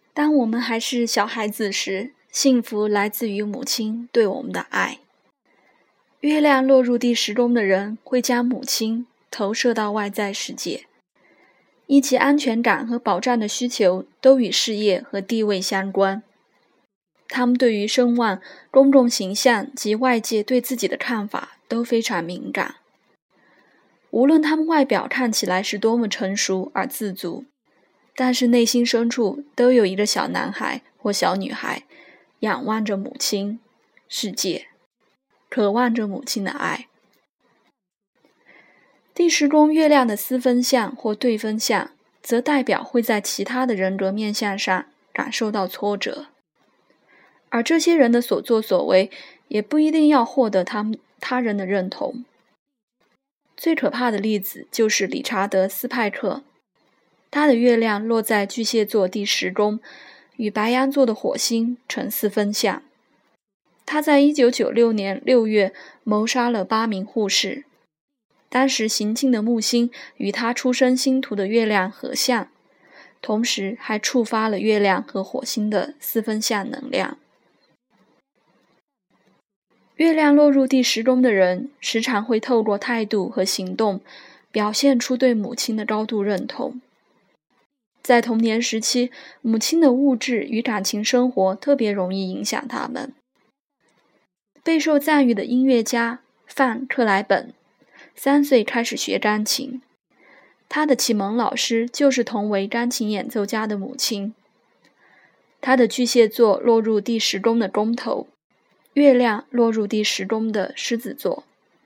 当我们还是小孩子时，幸福来自于母亲对我们的爱。月亮落入第10宫的人会将母亲投射到外在世界，以其安全感和保障的需求都与事业和地位相关。他们对于声望、公众形象及外界对自己的看法都非常敏感。无论他们外表看起来是多么成熟而自足，但是内心深处都有一个小男孩或小女孩，仰望着母亲、世界，渴望着母亲的爱。第10宫月亮的私分相或对分相，则代表会在其他的人格面向上感受到挫折，而这些人的所作所为也不一定要获得他人的认同。最可怕的例子就是理查德·斯派克，他的月亮落在巨蟹座第10宫，与白羊座的火星成私分相。他在1996年6月谋杀了8名护士，当时行进的木星与他出生星图的月亮合相，同时还触发了月亮和火星的私分相能量。月亮落入第10宫的人，时常会透过态度和行动，表现出对母亲的高度认同。在童年时期，母亲的物质与感情生活特别容易影响他们。备受赞誉的音乐家范克莱本3岁开始学钢琴，他的启蒙老师就是同为钢琴演奏家的母亲。他的巨蟹座落入第10宫的宫头，月亮落入第10宫的狮子座。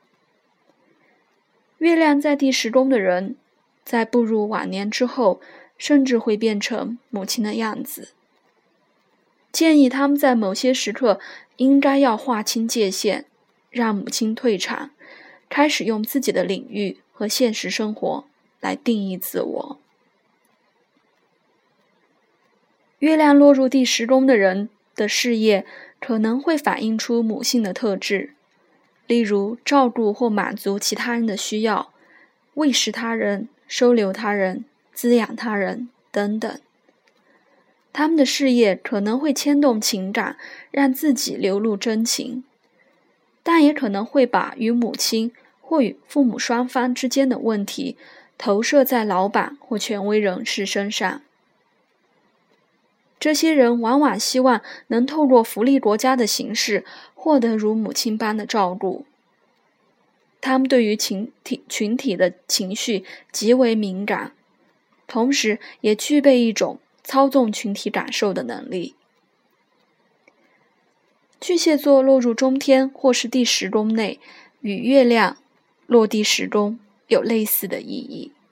月亮在第10宫的人，在步入晚年之后，甚至会变成母亲的样子。建议他们在某些时刻应该要划清界限，让母亲退场，开始用自己的领域和现实生活来定义自我。月亮落入第10宫的人的事业可能会反映出母性的特质，例如照顾或满足其他人的需要，喂食他人、收留他人、滋养他人等等。他们的事业可能会牵动情感，让自己流露真情，但也可能会把与母亲或与父母双方之间的问题投射在老板或权威人士身上。这些人往往希望能透过福利国家的形式获得如母亲般的照顾。他们对于群体的情绪极为敏感，同时也具备一种操纵群体感受的能力。巨蟹座落入中天或是第10宫内，与月亮落第10宫有类似的意义。